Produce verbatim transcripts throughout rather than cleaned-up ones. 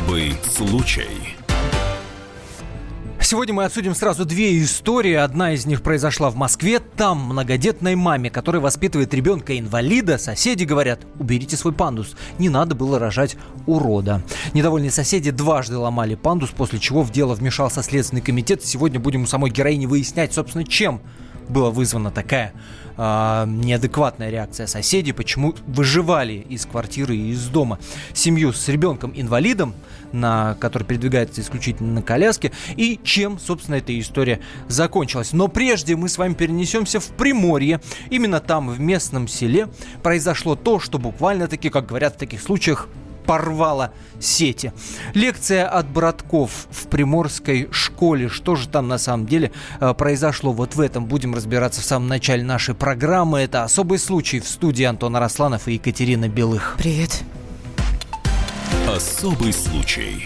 Особый случай. Сегодня мы обсудим сразу две истории. Одна из них произошла в Москве. Там многодетной маме, которая воспитывает ребенка-инвалида, соседи говорят: уберите свой пандус. Не надо было рожать урода. Недовольные соседи дважды ломали пандус, после чего в дело вмешался Следственный комитет. Сегодня будем у самой героини выяснять, собственно, чем была вызвана такая э, неадекватная реакция соседей, почему выживали из квартиры и из дома семью с ребенком-инвалидом, на, который передвигается исключительно на коляске, и чем, собственно, эта история закончилась. Но прежде мы с вами перенесемся в Приморье. Именно там, в местном селе, произошло то, что буквально-таки, как говорят в таких случаях, порвало сети. Лекция от братков в приморской школе. Что же там на самом деле э, произошло? Вот в этом будем разбираться в самом начале нашей программы. Это «Особый случай», в студии Антон Арасланов и Екатерина Белых. Привет. Особый случай.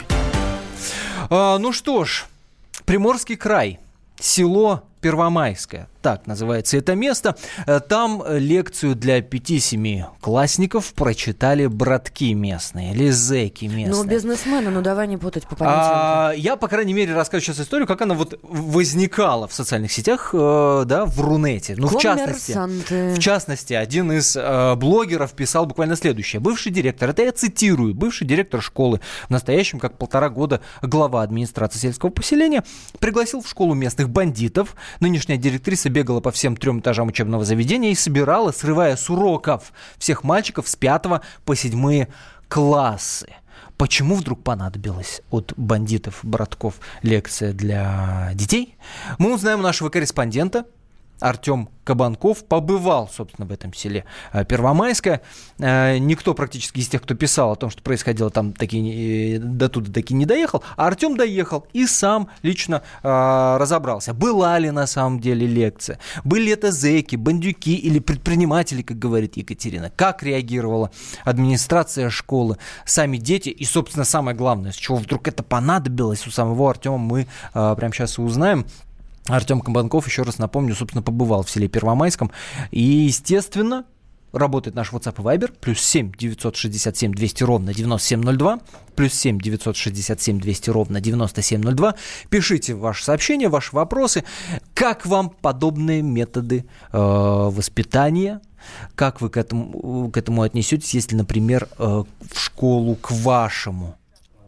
А, ну что ж, Приморский край, село Первомайское, так называется это место. Там лекцию для пяти-семи классников прочитали братки местные, или зэки местные. Ну, бизнесмены, ну давай не путать по понятиям. А, я, по крайней мере, расскажу сейчас историю, как она вот возникала в социальных сетях, э, да, в Рунете. Ну, в частности, в частности, один из э, блогеров писал буквально следующее. Бывший директор, это я цитирую, бывший директор школы, в настоящем, как полтора года глава администрации сельского поселения, пригласил в школу местных бандитов. Нынешняя директриса бегала по всем трем этажам учебного заведения и собирала, срывая с уроков всех мальчиков с пятого по седьмые классы. Почему вдруг понадобилась от бандитов-братков лекция для детей? Мы узнаем у нашего корреспондента. Артем Кабанков побывал, собственно, в этом селе Первомайское. Никто практически из тех, кто писал о том, что происходило там, таки, до туда таки не доехал. А Артем доехал и сам лично э, разобрался, была ли на самом деле лекция. Были ли это зэки, бандюки или предприниматели, как говорит Екатерина. Как реагировала администрация школы, сами дети. И, собственно, самое главное, с чего вдруг это понадобилось у самого Артема, мы э, прямо сейчас и узнаем. Артем Кабанков, еще раз напомню, собственно, побывал в селе Первомайском. И, естественно, работает наш WhatsApp и Viber. Плюс семь девятьсот шестьдесят семь двести ровно девяносто семь ноль два. Плюс семь девятьсот шестьдесят семь двести ровно девяносто семь ноль два. Пишите ваши сообщения, ваши вопросы. Как вам подобные методы э, воспитания? Как вы к этому, к этому отнесетесь, если, например, э, в школу к вашему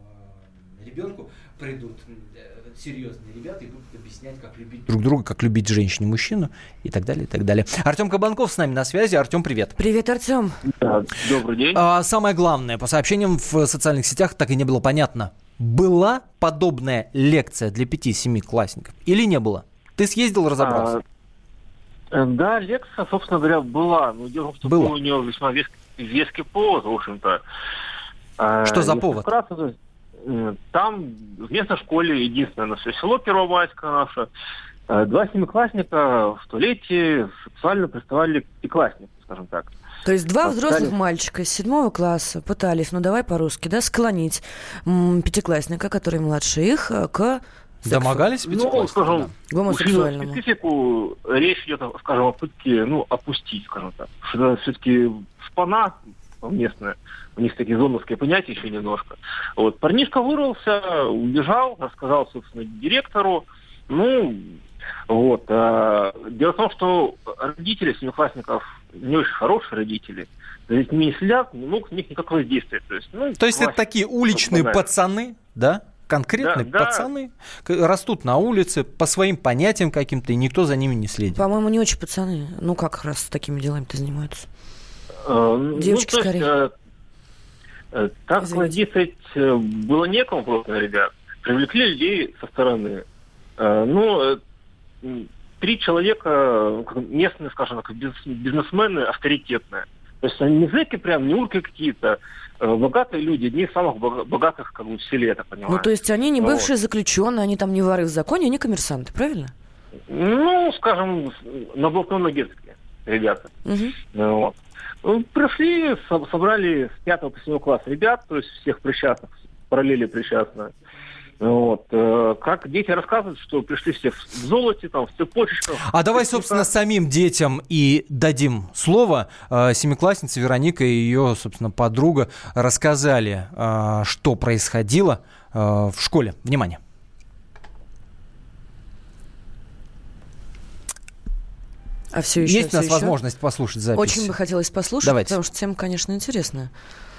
ребенку придут серьезные ребята и будут объяснять, как любить друг друга, как любить женщину и мужчину и так далее, и так далее. Артем Кабанков с нами на связи. Артем, привет. Привет, Артем. Да, добрый день. А, самое главное, по сообщениям в социальных сетях так и не было понятно, была подобная лекция для пяти-семи классников или не было? Ты съездил, разобрался? А, да, лекция, собственно говоря, была. Но дело в том, что был у нее весьма веский, веский повод, в общем-то. Что за повод? Вкратце, там в местной школе, единственное на все село Первомайское наше, два семиклассника в туалете сексуально приставали к пятикласснику, скажем так. То есть два Поставили... взрослых мальчика из седьмого класса пытались, ну давай по-русски, да, склонить м- пятиклассника, который младше их, к сексу. Домогались пятиклассникам? Ну, скажем, да. Гомосексуальному. Специфику речь идет, скажем, о попытке, ну, опустить, скажем так. Что все-таки шпана местная, у них такие зоновские понятия еще немножко. Вот. Парнишка вырвался, убежал, рассказал, собственно, директору. Ну, вот. А, дело в том, что родители семиклассников не очень хорошие родители. За детьми не следят, не могут на них никак воздействовать. То есть, ну, То есть это такие уличные пацаны, да? Конкретные да, пацаны да. растут на улице по своим понятиям каким-то, и никто за ними не следит. По-моему, не очень пацаны. Ну, как раз такими делами-то занимаются? Девочки, ну, скорее. Есть, э, так воздействовать было некому просто, ребят. Привлекли людей со стороны. Э, ну, э, три человека, местные, скажем так, бизнесмены авторитетные. То есть они не зэки прям, не урки какие-то, э, богатые люди, одни из самых богатых, как бы, в селе, я так понимаю. Ну, то есть они не бывшие вот. заключенные, они там не воры в законе, они коммерсанты, правильно? Ну, скажем, на блатной ноге такие ребята. Угу. Вот. Пришли, собрали с пятого по седьмой класс ребят, то есть всех причастных, параллели причастных. Вот. Как дети рассказывают, что пришли все в золоте, там, в цепочечках. А давай, собственно, самим детям и дадим слово. Семиклассница Вероника и ее, собственно, подруга рассказали, что происходило в школе. Внимание. А все еще, Есть все у нас еще? возможность послушать запись? Очень бы хотелось послушать, Давайте. Потому что тема, конечно, интересная.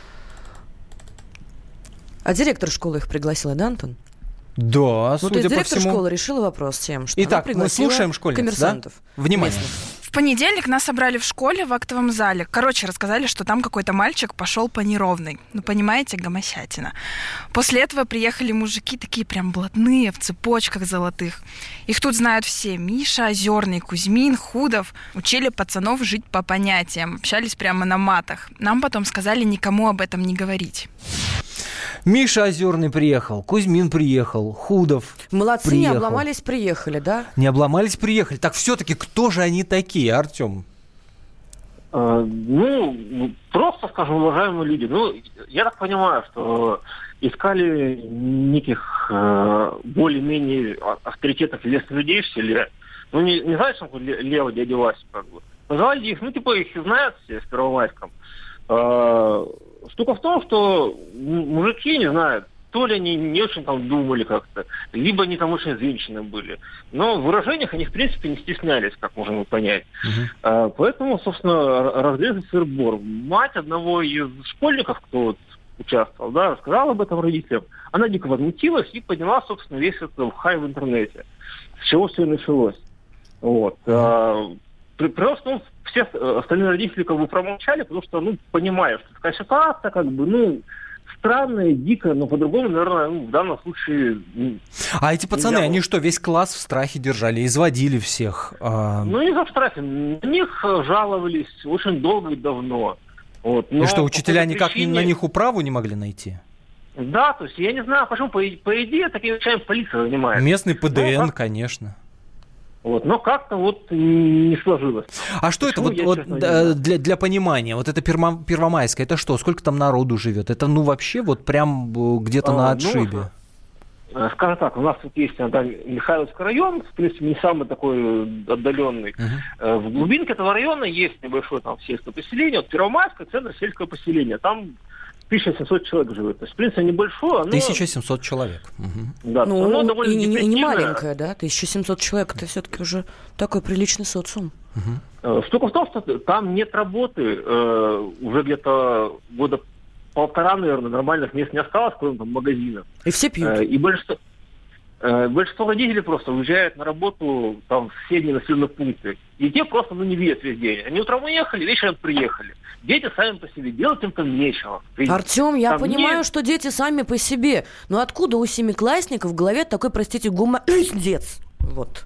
А директор школы их пригласила, да, Антон? Да, ну, судя то есть по директор всему. школы решила вопрос тем, что Итак, она пригласила мы слушаем школьниц, коммерсантов. Да? Внимание. Местных. В понедельник нас собрали в школе в актовом зале. Короче, рассказали, что там какой-то мальчик пошел по неровной. Ну, понимаете, гомосятина. После этого приехали мужики такие прям блатные, в цепочках золотых. Их тут знают все. Миша, Озерный, Кузьмин, Худов. Учили пацанов жить по понятиям. Общались прямо на матах. Нам потом сказали никому об этом не говорить. Миша Озерный приехал, Кузьмин приехал, Худов Молодцы, приехал. не обломались, приехали, да? Не обломались, приехали. Так все-таки кто же они такие, Артем? Э, ну, просто, скажем, уважаемые люди. Ну, я так понимаю, что искали неких э, более-менее авторитетных известных людей в селе. Ну, не, не знаешь, что Лева, дядя Вася, как бы. Позвали их, ну, типа, их знают все в Первомайском. Э, Штука в том, что мужики, не знаю, то ли они не очень там думали как-то, либо они там очень взвинчены были. Но в выражениях они, в принципе, не стеснялись, как можем понять. Uh-huh. А, поэтому, собственно, разрезали сыр-бор. Мать одного из школьников, кто вот участвовал, да, рассказала об этом родителям. Она дико возмутилась и подняла, собственно, весь этот хай в интернете. С чего все и началось. Вот. Uh-huh. Просто ну, все остальные родители как бы промолчали, потому что, ну, понимая, что такая ситуация, как бы, ну, странная, дикая, но по-другому, наверное, ну, в данном случае... Ну, а эти пацаны, нельзя. Они что, весь класс в страхе держали, изводили всех? А... Ну, не за в страхе, на них жаловались очень долго и давно. Вот. Но и что, учителя никак причине... на них управу не могли найти? Да, то есть я не знаю, почему, по, по идее, такими вещами полиция занимается. Местный ПДН, ну, как... конечно. Вот, но как-то вот не сложилось. А что Почему, это вот, вот для, для понимания? Вот это Пермо, Первомайское, это что? Сколько там народу живет? Это ну вообще вот прям где-то а, на отшибе? Ну, скажем так, у нас тут есть иногда Михайловский район, в принципе, не самый такой отдаленный. Uh-huh. В глубинке этого района есть небольшое там сельское поселение. Вот Первомайское, центр сельского поселения. Там тысяча семьсот человек живет. То есть, в принципе, небольшое. Но... тысяча семьсот человек. Угу. Да, ну, оно довольно и, и не маленькое, да? тысяча семьсот человек, это все-таки уже такой приличный социум. Угу. Штука в том, что там нет работы. Э, уже где-то года полтора, наверное, нормальных мест не осталось, кроме там магазинов. И все пьют. Э, и большинство, э, большинство родителей просто уезжают на работу там, в соседние населенные пункты. И те просто ну, не видят весь день. Они утром уехали, вечером приехали. Дети сами по себе, делать им там нечего. Артем, я там понимаю, нет... что дети сами по себе. Но откуда у семиклассников в голове такой, простите, гуманитец? Вот.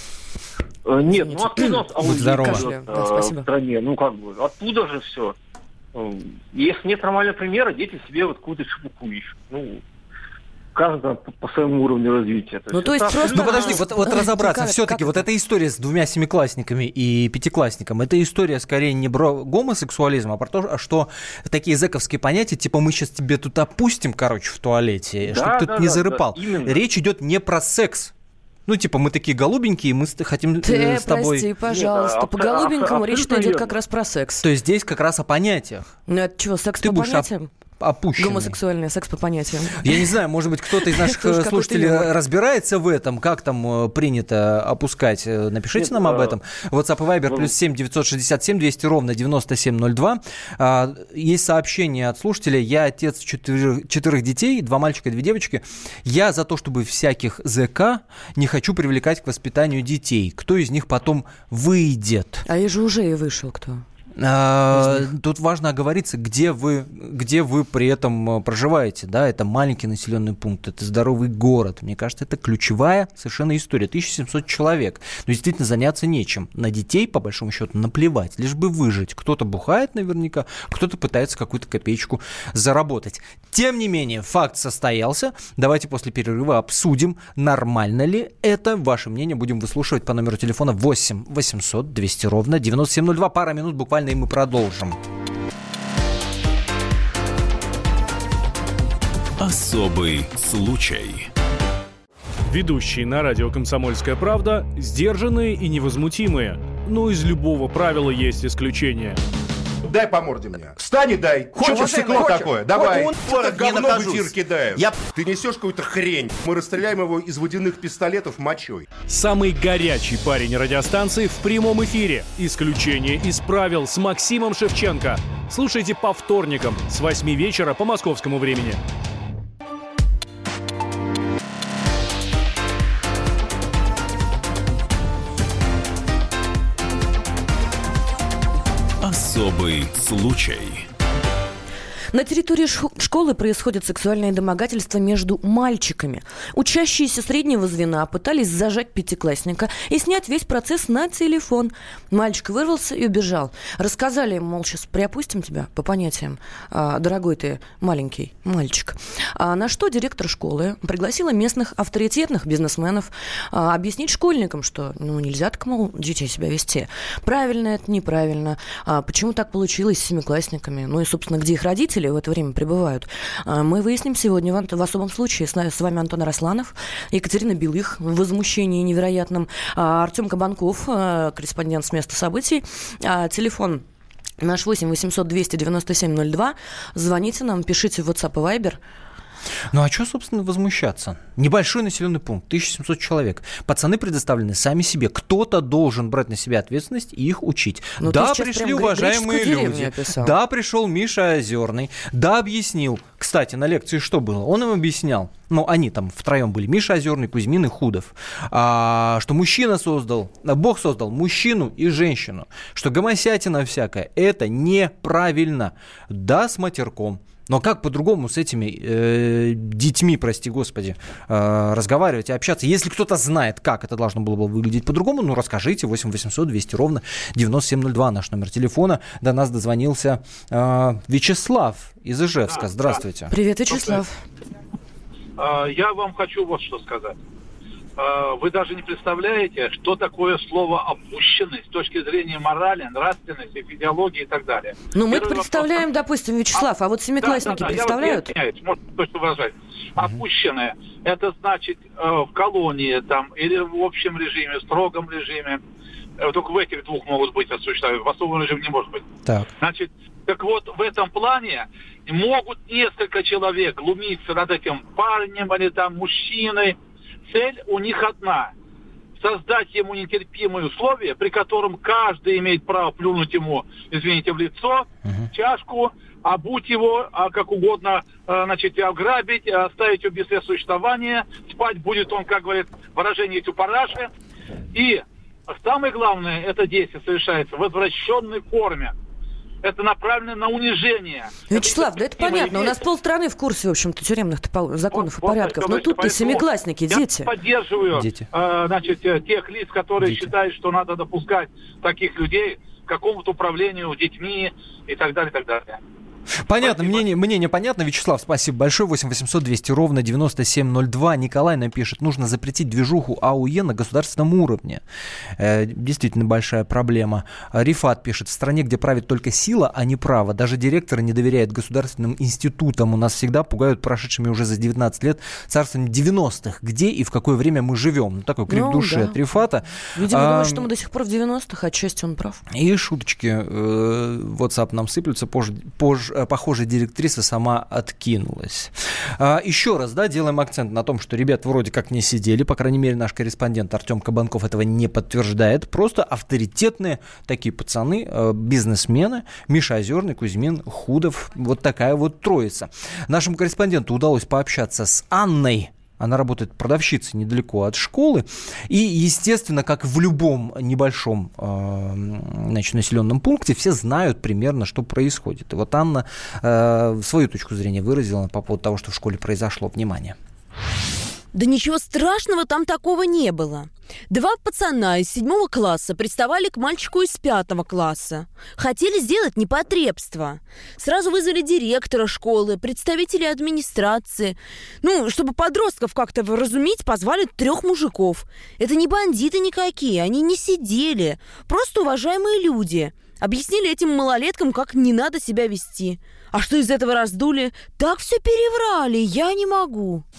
Э, нет, ну откуда он Будь здорова. живет, да, э, спасибо. в стране? Ну как бы, оттуда же все. Если нет нормального примера, дети себе вот какую-то чепуху ищут. Ну, каждый по своему уровню развития. То ну, есть то есть просто... Ну, подожди, вот, вот разобраться. Как, Все-таки как вот это? эта история с двумя семиклассниками и пятиклассником, это история скорее не про гомосексуализм, а про то, что такие зэковские понятия, типа мы сейчас тебе тут опустим, короче, в туалете, да, чтобы ты да, не да, зарыпал. Да, речь идет не про секс. Ну, типа, мы такие голубенькие, мы хотим Ты, э, с тобой... прости, пожалуйста, Нет, по абсо- голубенькому абсо- речь-то идет верно. как раз про секс. То есть здесь как раз о понятиях. Ну, это что, секс Ты по будешь понятиям? Опущенный. Гомосексуальный секс по понятиям. Я не знаю, может быть, кто-то из наших Тоже какой-то слушателей юмор. разбирается в этом, как там принято опускать. Напишите Нет, нам об а... этом. WhatsApp и Viber Ну... плюс семь девятьсот шестьдесят семь двести ровно девяносто семь ноль два. Есть сообщение от слушателя. Я отец четырех, четырех детей, два мальчика и две девочки. Я за то, чтобы всяких ЗК не хочу привлекать к воспитанию детей. Кто из них потом выйдет? А я же уже и вышел кто. А, тут важно оговориться, где вы, где вы при этом проживаете. Да? Это маленький населенный пункт, это здоровый город. Мне кажется, это ключевая совершенно история. тысяча семьсот человек. Но действительно заняться нечем. На детей, по большому счету, наплевать. Лишь бы выжить. Кто-то бухает наверняка, кто-то пытается какую-то копеечку заработать. Тем не менее, факт состоялся. Давайте после перерыва обсудим, нормально ли это. Ваше мнение будем выслушивать по номеру телефона восемь восемьсот двести ровно девяносто семь ноль два. Пара минут буквально, и мы продолжим. Особый случай. Ведущие на радио «Комсомольская правда» сдержанные и невозмутимые. Но из любого правила есть исключение. Дай по морде мне. Встань и дай. Хочешь Хочешь, стекло хочешь? такое? Давай. Он, Это он, говно накажусь. в эфир кидаешь. Я... Ты несешь какую-то хрень. Мы расстреляем его из водяных пистолетов мочой. Самый горячий парень радиостанции в прямом эфире. Исключение из правил с Максимом Шевченко. Слушайте по вторникам с восьми вечера по московскому времени. Особый случай. На территории школы происходит сексуальное домогательство между мальчиками. Учащиеся среднего звена пытались зажать пятиклассника и снять весь процесс на телефон. Мальчик вырвался и убежал. Рассказали ему, мол, сейчас приопустим тебя по понятиям, дорогой ты маленький мальчик. А на что директор школы пригласила местных авторитетных бизнесменов объяснить школьникам, что ну, нельзя так, мол, детей себя вести. Правильно это, неправильно. А почему так получилось с семиклассниками? Ну и, собственно, где их родители в это время пребывают. Мы выясним сегодня в особом случае. С вами Антон Арасланов, Екатерина Белых в возмущении невероятном, Артем Кабанков, корреспондент с места событий. Телефон наш восемь восемьсот двести девяносто семь ноль два. Звоните нам, пишите в WhatsApp и Viber. Ну а что, собственно, возмущаться? Небольшой населенный пункт, тысяча семьсот человек. Пацаны предоставлены сами себе. Кто-то должен брать на себя ответственность и их учить. Ну, да, пришли уважаемые люди. Описал. Да, пришел Миша Озерный. Да, объяснил. Кстати, на лекции что было? Он им объяснял. Ну, они там втроем были. Миша Озерный, Кузьмин и Худов. А, что мужчина создал, Бог создал мужчину и женщину. Что гомосятина всякая, это неправильно. Да, с матерком. Но как по-другому с этими э, детьми, прости господи, э, разговаривать и общаться? Если кто-то знает, как это должно было бы выглядеть по-другому, ну расскажите. восемь восемьсот двести ровно девяносто семь ноль два наш номер телефона. До нас дозвонился э, Вячеслав из Ижевска. Да, здравствуйте. Да. Привет, Вячеслав. Я вам хочу вот что сказать. Вы даже не представляете, что такое слово «опущенность» с точки зрения морали, нравственности, физиологии и так далее. Ну, мы представляем, вопрос... допустим, Вячеслав, а, а вот семиклассники да, да, да, представляют? Я вот, может, точно выражать. Опущенное – это значит в колонии там, или в общем режиме, в строгом режиме. Только в этих двух могут быть осуществлены, в особом режиме не может быть. Так. Значит, так вот, в этом плане могут несколько человек глумиться над этим парнем или там мужчиной. Цель у них одна – создать ему нетерпимые условия, при котором каждый имеет право плюнуть ему, извините, в лицо, uh-huh. чашку, обуть его, а как угодно, значит, ограбить, оставить его без существования, спать будет он, как говорит выражение тюпараши. И самое главное, это действие совершается в извращенной форме. Это направлено на унижение. Вячеслав, это, да это понятно. У нас полстраны в курсе, в общем-то, тюремных законов вот, и порядков. Вот, Но тут-то семиклассники, я дети. Я поддерживаю дети. Э, значит, тех лиц, которые дети. считают, что надо допускать таких людей к какому-то управлению детьми и так далее, и так далее. Понятно, мнение, мнение понятно. Вячеслав, спасибо большое. восемь восемьсот двести ровно девяносто семь ноль два. Николай нам пишет, нужно запретить движуху АУЕ на государственном уровне. Э, действительно большая проблема. Рифат пишет, в стране, где правит только сила, а не право, даже директоры не доверяют государственным институтам. У нас всегда пугают прошедшими уже за девятнадцать лет царством девяностых. Где и в какое время мы живем? Ну, такой крик ну, души да. от Рифата. Видимо, а, думаю, что мы до сих пор в девяностых, отчасти он прав. И шуточки э, в WhatsApp нам сыплются позже, позже похоже, директриса сама откинулась. А, еще раз, да, делаем акцент на том, что ребят вроде как не сидели, по крайней мере, наш корреспондент Артем Кабанков этого не подтверждает. Просто авторитетные такие пацаны, э, бизнесмены, Миша Озерный, Кузьмин, Худов, вот такая вот троица. Нашему корреспонденту удалось пообщаться с Анной. Она работает продавщицей недалеко от школы. И, естественно, как в любом небольшом э, значит, населенном пункте, все знают примерно, что происходит. И вот Анна э, свою точку зрения выразила по поводу того, что в школе произошло. Внимание. Да ничего страшного там такого не было. Два пацана из седьмого класса приставали к мальчику из пятого класса. Хотели сделать непотребство. Сразу вызвали директора школы, представителей администрации. Ну, чтобы подростков как-то вразумить, позвали трех мужиков. Это не бандиты никакие, они не сидели. Просто уважаемые люди. Объяснили этим малолеткам, как не надо себя вести. А что из этого раздули? Так все переврали, я не могу.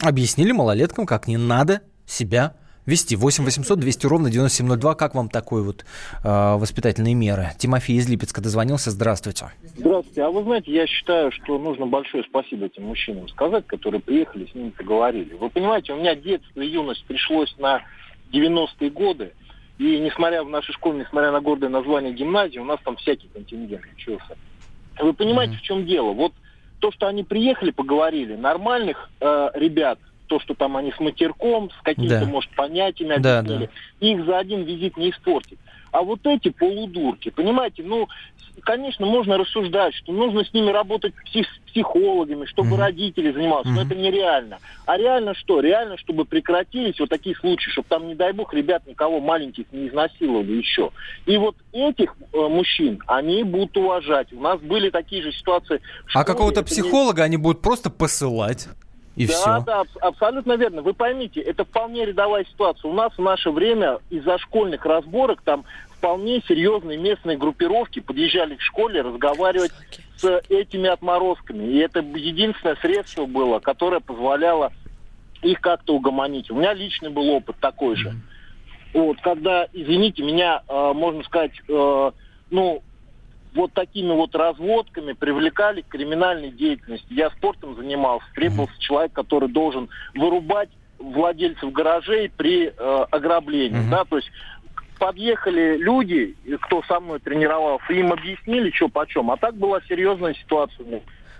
Объяснили малолеткам, как не надо себя вести. восемь восемьсот двести ровно девяносто семь ноль два. Как вам такой вот э, воспитательные меры? Тимофей из Липецка дозвонился. Здравствуйте. Здравствуйте. А вы знаете, я считаю, что нужно большое спасибо этим мужчинам сказать, которые приехали, с ними поговорили. Вы понимаете, у меня детство и юность пришлось на девяностые годы. И несмотря в нашей школе, несмотря на гордое название гимназии, у нас там всякий контингент учился. Вы понимаете, mm-hmm. в чем дело? Вот то, что они приехали, поговорили, нормальных э, ребят, то, что там они с матерком, с какими-то, да. может, понятиями объяснили, да, да. их за один визит не испортит. А вот эти полудурки, понимаете, ну, конечно, можно рассуждать, что нужно с ними работать псих- с психологами, чтобы mm-hmm. родители занимались, mm-hmm. но это нереально. А реально что? Реально, чтобы прекратились вот такие случаи, чтобы там, не дай бог, ребят никого маленьких не изнасиловали еще. И вот этих э, мужчин, они будут уважать. У нас были такие же ситуации. А какого-то психолога не... они будут просто посылать? И да, все. да, абсолютно верно. Вы поймите, это вполне рядовая ситуация. У нас в наше время из-за школьных разборок там вполне серьезные местные группировки подъезжали к школе разговаривать с этими отморозками. И это единственное средство было, которое позволяло их как-то угомонить. У меня личный был опыт такой же. Вот, когда, извините меня, э, можно сказать, э, ну... вот такими вот разводками привлекали к криминальной деятельности. Я спортом занимался, требовался человек, который должен вырубать владельцев гаражей при э, ограблении. Mm-hmm. Да? То есть подъехали люди, кто со мной тренировался, им объяснили, что почем. А так была серьезная ситуация.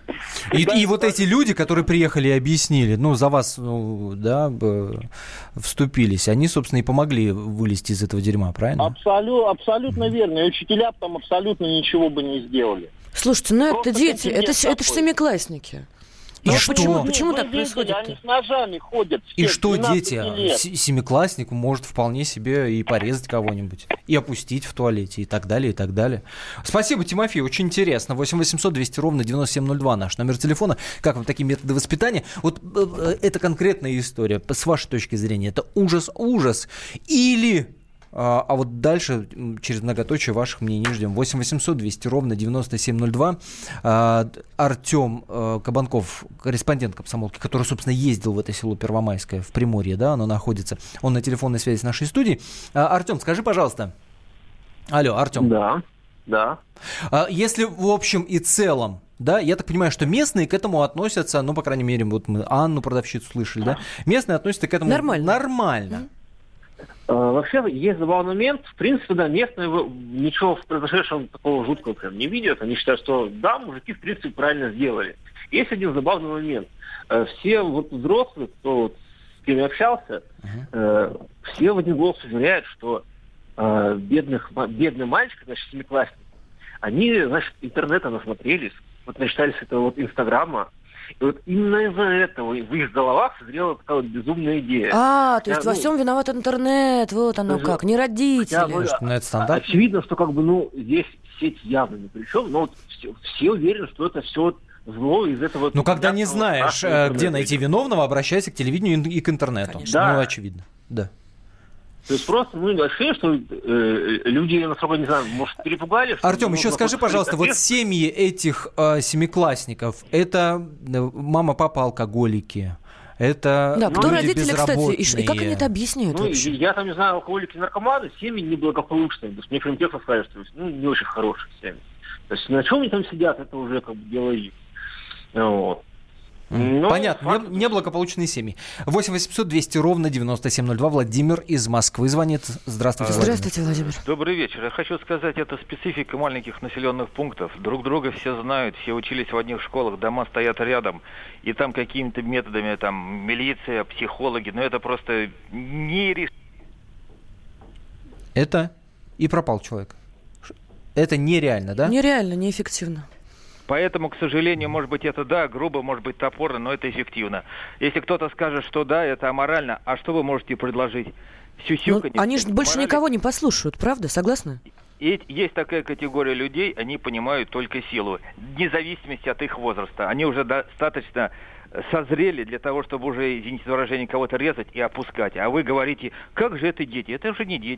И, и, и вот эти люди, которые приехали и объяснили, ну, за вас, ну, да, вступились, они, собственно, и помогли вылезти из этого дерьма, правильно? Абсолютно, абсолютно верно. И учителя там абсолютно ничего бы не сделали. Слушайте, ну это дети, это, это же семиклассники. И ну, что? Почему, почему вы так видели, происходит? Они с ножами ходят. И что дети? Семиклассник может вполне себе и порезать кого-нибудь, и опустить в туалете, и так далее, и так далее. Спасибо, Тимофей, очень интересно. восемь восемьсот двести ровно девяносто семь ноль два наш номер телефона. Как вам такие методы воспитания? Вот это конкретная история, с вашей точки зрения, это ужас-ужас? Или... А вот дальше, через многоточие, ваших мнений ждем. восемь восемьсот двести ровно девяносто семь ноль два. Артем Кабанков, корреспондент «Комсомолки», который, собственно, ездил в это село Первомайское, в Приморье, да, оно находится. Он на телефонной связи с нашей студией. Артем, скажи, пожалуйста. Алло, Артем. Да, да. Если в общем и целом, да, я так понимаю, что местные к этому относятся, ну, по крайней мере, вот мы Анну, продавщицу, слышали, да? Местные относятся к этому нормально. Нормально. Mm-hmm. Вообще, есть забавный момент. В принципе, да, местные ничего в произошедшем такого жуткого прям не видят. Они считают, что да, мужики, в принципе, правильно сделали. Есть один забавный момент. Все вот взрослые, кто вот с кем я общался, uh-huh. все в один голос уверяют, что бедных, бедный мальчик, значит, семиклассник, они, значит, интернета насмотрелись, вот начитались этого вот Инстаграма. И вот именно из-за этого в их головах созрела такая вот безумная идея. А, то есть я, во ну, всем виноват интернет, вот оно даже, как, не родители. Хотя бы, ну, это стандарт. Очевидно, что как бы, ну, здесь сеть явно ни при чем, но вот все, все уверены, что это все зло из этого... Ну, когда не знаешь, где найти виновного, обращайся к телевидению и к интернету. Конечно. Да. Ну, очевидно, да. То есть просто, ну, ощущение, что э, люди, насколько, не знаю, может, перепугали. Артем, еще скажи, пожалуйста, вот семьи этих э, семиклассников, это мама, папа алкоголики, это да, люди кто родители, безработные. Кстати, и, и как они это объясняют ну, вообще? Я там, не знаю, алкоголики, наркоманы, семьи неблагополучные. То есть мне прям тесно сказать, что ну, не очень хорошие семьи. То есть на чем они там сидят, это уже как бы дело их. Вот. Ну, понятно, факт... неблагополучные семьи. восемь восемьсот двести ровно девяносто семь ноль два. Владимир из Москвы звонит. Здравствуйте, Владимир. Здравствуйте, Владимир. Добрый вечер. Я хочу сказать, это специфика маленьких населенных пунктов. Друг друга все знают, все учились в одних школах, дома стоят рядом. И там какими-то методами, там, милиция, психологи, но это просто не... Это и пропал человек. Это нереально, да? Нереально, неэффективно. Поэтому, к сожалению, может быть, это да, грубо, может быть, топорно, но это эффективно. Если кто-то скажет, что да, это аморально, а что вы можете предложить? Сюсюканье. Ну, они же больше морали... никого не послушают, правда? Согласны? И есть такая категория людей, они понимают только силу, вне зависимости от их возраста. Они уже достаточно созрели для того, чтобы уже, извините за выражение, кого-то резать и опускать. А вы говорите, как же это дети? Это уже не дети.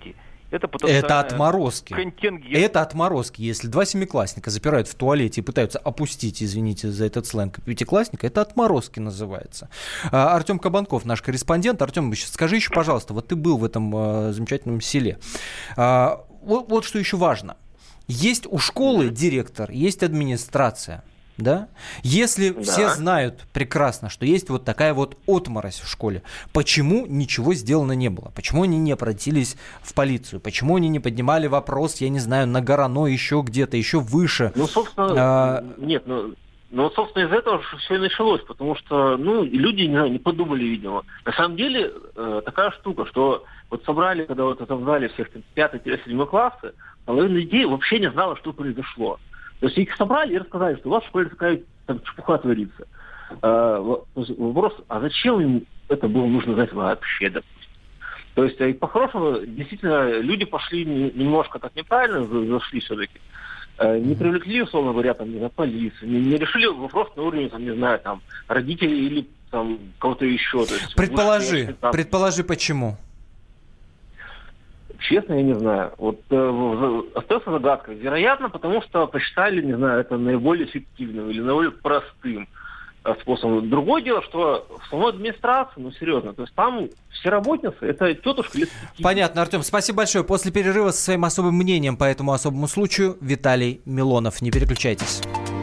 Это, это отморозки. Контингент. Это отморозки. Если два семиклассника запирают в туалете и пытаются опустить, извините за этот сленг, пятиклассника, это отморозки называется. А, Артем Кабанков, наш корреспондент. Артем, скажи еще, пожалуйста, вот ты был в этом а, замечательном селе. А, вот, вот что еще важно. Есть у школы директор, есть администрация. Да? Если да. все знают прекрасно, что есть вот такая вот отморозь в школе, почему ничего сделано не было? Почему они не обратились в полицию? Почему они не поднимали вопрос, я не знаю, на Горано, еще где-то, еще выше? Ну, собственно, а... нет, ну, ну, собственно, из этого все и началось, потому что, ну, люди, не знаю, не подумали, видимо. На самом деле, э, такая штука, что вот собрали, когда вот это в зале всех пятый-седьмой классы, половина людей вообще не знала, что произошло. То есть их собрали и рассказали, что у вас в школе такая там чепуха творится. А, вопрос, а зачем им это было нужно знать вообще, допустим? То есть, по-хорошему, действительно, люди пошли немножко так неправильно, зашли все-таки. Не привлекли, условно говоря, там, не знаю, полицию, не, не решили вопрос на уровне, там, не знаю, там, родителей или там кого-то еще. То есть, предположи, может, там... предположи, почему? Честно, я не знаю. Вот э, остается загадкой. Вероятно, потому что посчитали, не знаю, это наиболее эффективным или наиболее простым э, способом. Другое дело, что в самой администрации, ну серьезно, то есть там все работницы, это тетушка лет пятьдесят. Понятно, Артем, спасибо большое. После перерыва со своим особым мнением по этому особому случаю Виталий Милонов. Не переключайтесь.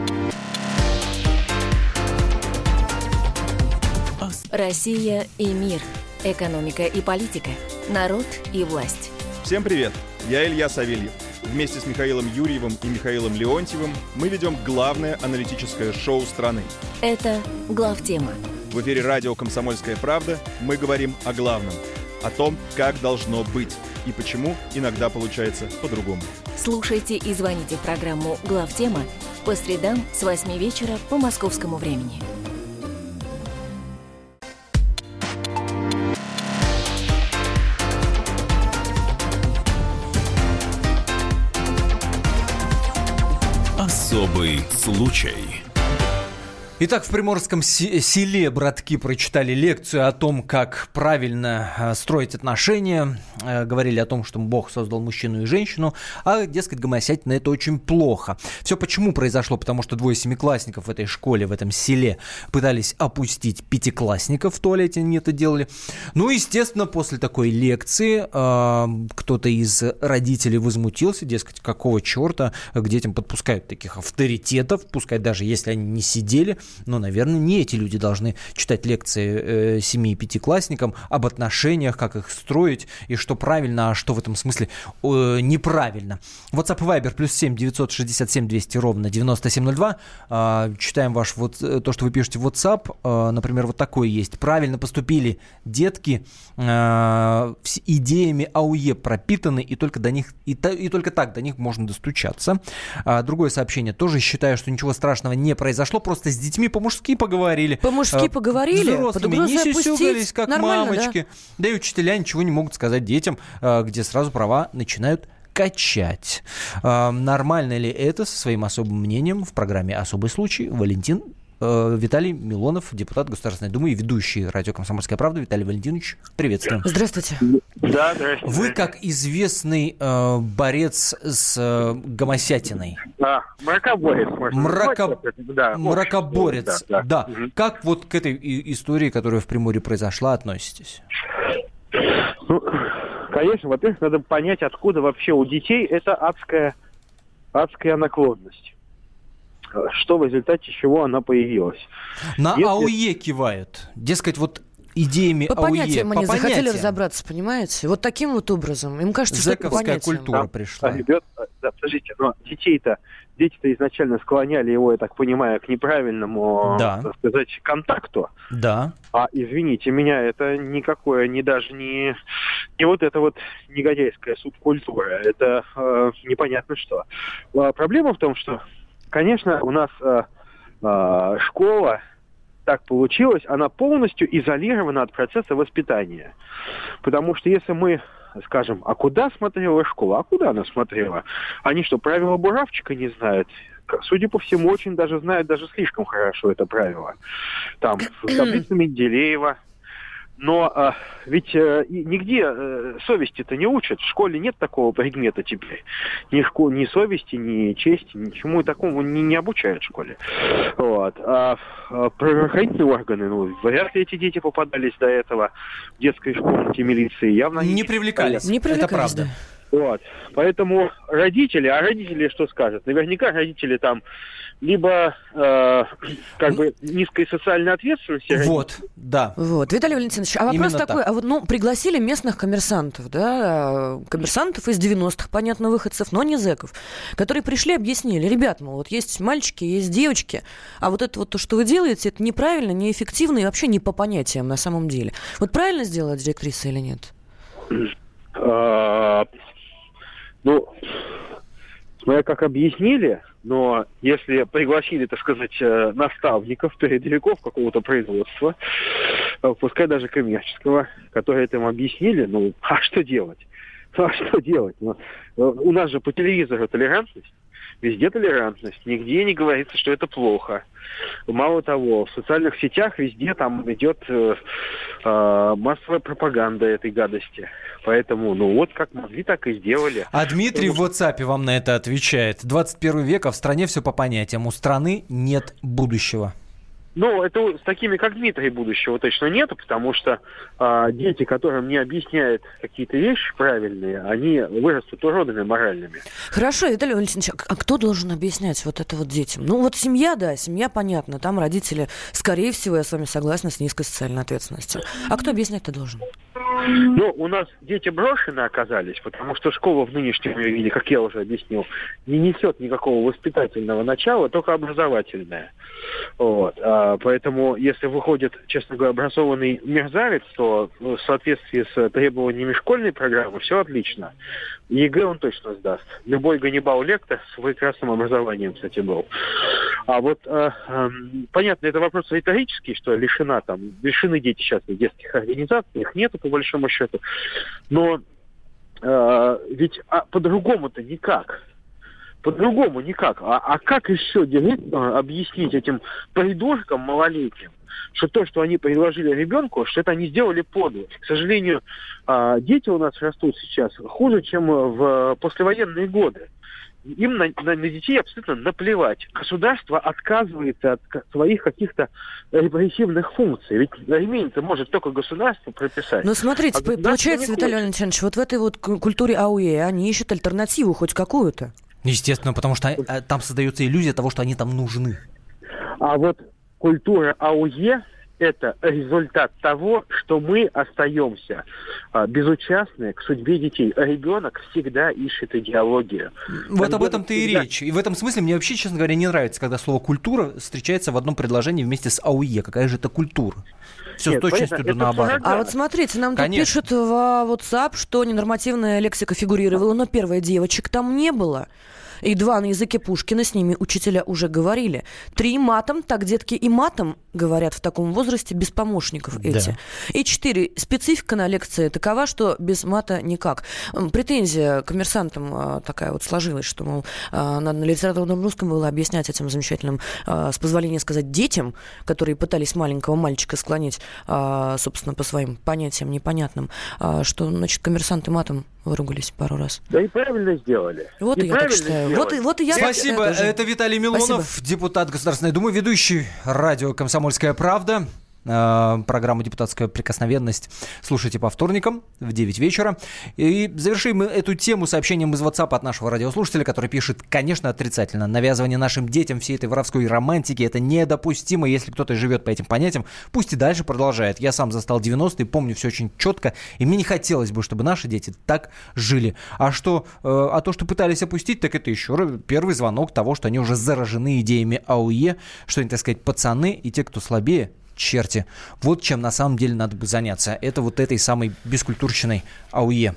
Россия и мир. Экономика и политика. Народ и власть. Всем привет! Я Илья Савельев. Вместе с Михаилом Юрьевым и Михаилом Леонтьевым мы ведем главное аналитическое шоу страны. Это «Главтема». В эфире радио «Комсомольская правда» мы говорим о главном. О том, как должно быть и почему иногда получается по-другому. Слушайте и звоните в программу «Главтема» по средам с восьми вечера по московскому времени. Особый случай. Итак, в приморском селе братки прочитали лекцию о том, как правильно строить отношения. Говорили о том, что Бог создал мужчину и женщину, а, дескать, гомосятина – это очень плохо. Все почему произошло? Потому что двое семиклассников в этой школе, в этом селе пытались опустить пятиклассников в туалете, они это делали. Ну, естественно, после такой лекции э, кто-то из родителей возмутился, дескать, какого черта к детям подпускают таких авторитетов, пускай даже если они не сидели. Но, наверное, не эти люди должны читать лекции э, семи-пятиклассникам об отношениях, как их строить и что правильно, а что в этом смысле э, неправильно. WhatsApp и Viber плюс семь девятьсот шестьдесят семь двести ровно девяносто семь ноль два. Э, читаем ваш вот то, что вы пишете в WhatsApp. Э, например, вот такое есть. Правильно поступили детки, э, с идеями АУЕ пропитаны, и только до них и, та, и только так до них можно достучаться. Э, другое сообщение. Тоже считаю, что ничего страшного не произошло, просто с детьми по-мужски поговорили. По-мужски поговорили, взрослыми не сюсюкались, как мамочки. Да. да и учителя ничего не могут сказать детям, где сразу права начинают качать. Нормально ли это, со своим особым мнением в программе «Особый случай» Валентин Виталий Милонов, депутат Государственной Думы и ведущий радио «Комсомольская правда». Виталий Валентинович, приветствуем. Здравствуйте. Да, здравствуйте. Вы, как известный э, борец с э, гомосятиной. Да, мракоборец. Можно Мрако... сказать, да, Мракоборец, да. да. да. Угу. Как вот к этой и- истории, которая в Приморье произошла, относитесь? Ну, конечно, во-первых, надо понять, откуда вообще у детей эта адская, адская наклонность. Что в результате чего она появилась. На Если... АУЕ кивают. Дескать, вот идеями по АУЕ. Понятиям по они понятиям. захотели разобраться, понимаете? Вот таким вот образом. Им кажется, что это по понятиям. Зэковская культура да, пришла. Да, ребят, да, подождите, но детей-то, дети-то изначально склоняли его, я так понимаю, к неправильному, да. так сказать, контакту. Да. А, извините меня, это никакое, не даже не, не вот это вот негодяйская субкультура. Это э, непонятно что. А, проблема в том, что конечно, у нас э, э, школа, так получилось, она полностью изолирована от процесса воспитания. Потому что если мы скажем, а куда смотрела школа? А куда она смотрела? Они что, правила буравчика не знают? Судя по всему, очень даже знают, даже слишком хорошо это правило. Там, с таблицей Менделеева, Но а, ведь а, нигде а, совести-то не учат. В школе нет такого предмета теперь. Ни, школ, ни совести, ни чести, ничему такому не, не обучают в школе. Вот. А, а правоохранительные органы, ну, вряд ли эти дети попадались до этого в детской комнате милиции. Явно не, не привлекались. Не привлекались, это правда. Да. Вот. Поэтому родители, а родители что скажут? Наверняка родители там либо э, как бы низкой социальной ответственности. Вот, да. Вот. Виталий Валентинович, а вопрос Именно такой, так. а вот, ну, пригласили местных коммерсантов, да, коммерсантов из девяностых, понятно, выходцев, но не зэков, которые пришли, объяснили, ребят, мол, вот есть мальчики, есть девочки, а вот это вот то, что вы делаете, это неправильно, неэффективно и вообще не по понятиям на самом деле. Вот правильно сделала директриса или нет? Ну, смотря как объяснили, но если пригласили, так сказать, наставников, передовиков какого-то производства, пускай даже коммерческого, которые это им объяснили, ну, а что делать? А что делать? Ну, у нас же по телевизору толерантность, везде толерантность, нигде не говорится, что это плохо. Мало того, в социальных сетях везде там идет э, э, массовая пропаганда этой гадости. Поэтому, ну вот как могли, так и сделали. А Дмитрий Потому... в WhatsApp вам на это отвечает. двадцать первый век, а в стране все по понятиям. У страны нет будущего. Ну, это с такими, как Дмитрий, будущего точно нет, потому что а, дети, которым не объясняют какие-то вещи правильные, они вырастут уродами моральными. Хорошо, Виталий Валентинович, а кто должен объяснять вот это вот детям? Ну, вот семья, да, семья, понятно, там родители, скорее всего, я с вами согласна, с низкой социальной ответственностью. А кто объяснять-то должен? Ну, у нас дети брошены оказались, потому что школа в нынешнем виде, как я уже объяснил, не несет никакого воспитательного начала, только образовательное. Вот. А, поэтому, если выходит, честно говоря, образованный мерзавец, то в соответствии с требованиями школьной программы все отлично. ЕГЭ он точно сдаст. Любой Ганнибал Лектор с прекрасным образованием, кстати, был. А вот, э, э, понятно, это вопрос риторический, что лишена там, лишены дети сейчас детских организаций, их нету по большому счету. Но э, ведь а, по-другому-то никак. По-другому никак. А, а как еще директору объяснить этим придуркам малолетним, что то, что они предложили ребенку, что это они сделали подло. К сожалению, э, дети у нас растут сейчас хуже, чем в послевоенные годы. Им на, на, на детей абсолютно наплевать. Государство отказывается от своих каких-то репрессивных функций. Ведь ремень-то может только государство прописать. Ну, смотрите, а получается, Виталий Валентинович, вот в этой вот культуре АУЕ они ищут альтернативу хоть какую-то. Естественно, потому что там создается иллюзия того, что они там нужны. А вот культура АУЕ – это результат того, что мы остаемся а, безучастны к судьбе детей. А ребенок всегда ищет идеологию. Вот об этом-то всегда... и речь. И в этом смысле мне вообще, честно говоря, не нравится, когда слово «культура» встречается в одном предложении вместе с АУЕ. Какая же это культура? Все Нет, с точностью до наоборот. А вот смотрите, нам тут пишут в WhatsApp, что ненормативная лексика фигурировала, но первая девочек там не было. И два на языке Пушкина, с ними учителя уже говорили. Три матом, так детки и матом говорят в таком возрасте без помощников эти. Да. И четыре. Специфика на лекции такова, что без мата никак. Претензия к коммерсантам такая вот сложилась, что, мол, надо на литературном русском было объяснять этим замечательным, с позволения сказать, детям, которые пытались маленького мальчика склонить, собственно, по своим понятиям непонятным, что, значит, коммерсанты матом выругались пару раз. Да и правильно сделали. Вот и, и я так считаю. Вот, вот и я Спасибо. Так, это Виталий Милонов, Спасибо. депутат Государственной Думы, ведущий радио «Комсомольская правда». Программу «Депутатская прикосновенность» слушайте по вторникам в девять вечера. И завершим эту тему сообщением из WhatsApp от нашего радиослушателя, который пишет, конечно, отрицательно. Навязывание нашим детям всей этой воровской романтики – это недопустимо. Если кто-то живет по этим понятиям, пусть и дальше продолжает. Я сам застал девяностые, помню все очень четко, и мне не хотелось бы, чтобы наши дети так жили. А, что, а то, что пытались опустить, так это еще первый звонок того, что они уже заражены идеями АУЕ, что они, так сказать, пацаны и те, кто слабее, черти. Вот чем на самом деле надо бы заняться. Это вот этой самой бескультурщиной АУЕ.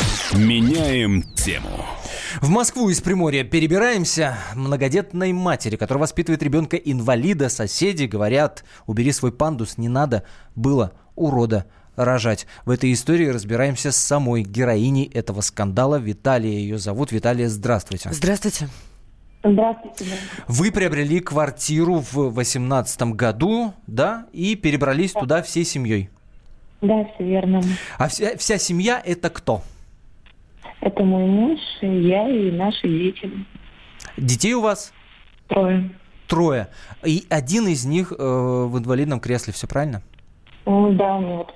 Меняем тему. В Москву из Приморья перебираемся. Многодетной матери, которая воспитывает ребенка-инвалида, соседи говорят, убери свой пандус, не надо было урода рожать. В этой истории разбираемся с самой героиней этого скандала. Виталия ее зовут. Виталия, здравствуйте. Здравствуйте. Здравствуйте. Вы приобрели квартиру в восемнадцатом году, да, и перебрались туда всей семьей? Да, все верно. А вся, вся семья это кто? Это мой муж, я и наши дети. Детей у вас? Трое. Трое. И один из них э, в инвалидном кресле, все правильно? Ну, да, у него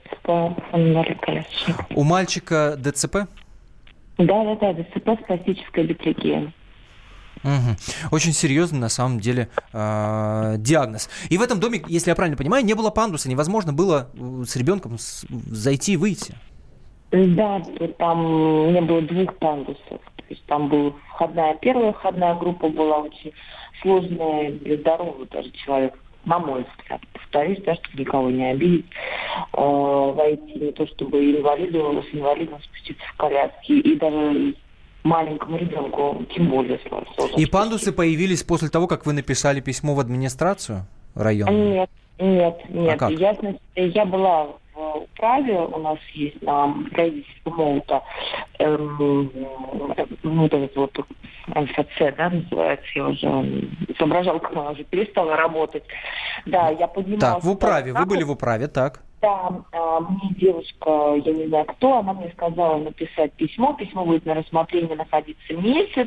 ДЦП. У мальчика ДЦП? Да, да, да, ДЦП, спастическая битрегия. Угу. Очень серьезный, на самом деле, э, диагноз. И в этом доме, если я правильно понимаю, не было пандуса, невозможно было с ребенком зайти и выйти. Да, там не было двух пандусов. То есть там была входная, первая входная группа была очень сложная для здорового даже человека, на мой взгляд. Повторюсь, да, чтобы никого не обидеть, э, войти не то чтобы инвалиду, с инвалидом спуститься в коляске, и даже маленькому ребенку, тем более сложно. И пандусы появились после того, как вы написали письмо в администрацию района? Нет, нет, нет. А как? Я, я была в управе, у нас есть на правительстве Молота, эм, ну, вот этот вот эн эф цэ, да, называется, я уже соображала, как она уже перестала работать. Да, я поднималась... Так, в управе, вы были в управе, так. Да, мне девушка, я не знаю кто, она мне сказала написать письмо, письмо будет на рассмотрение находиться месяц.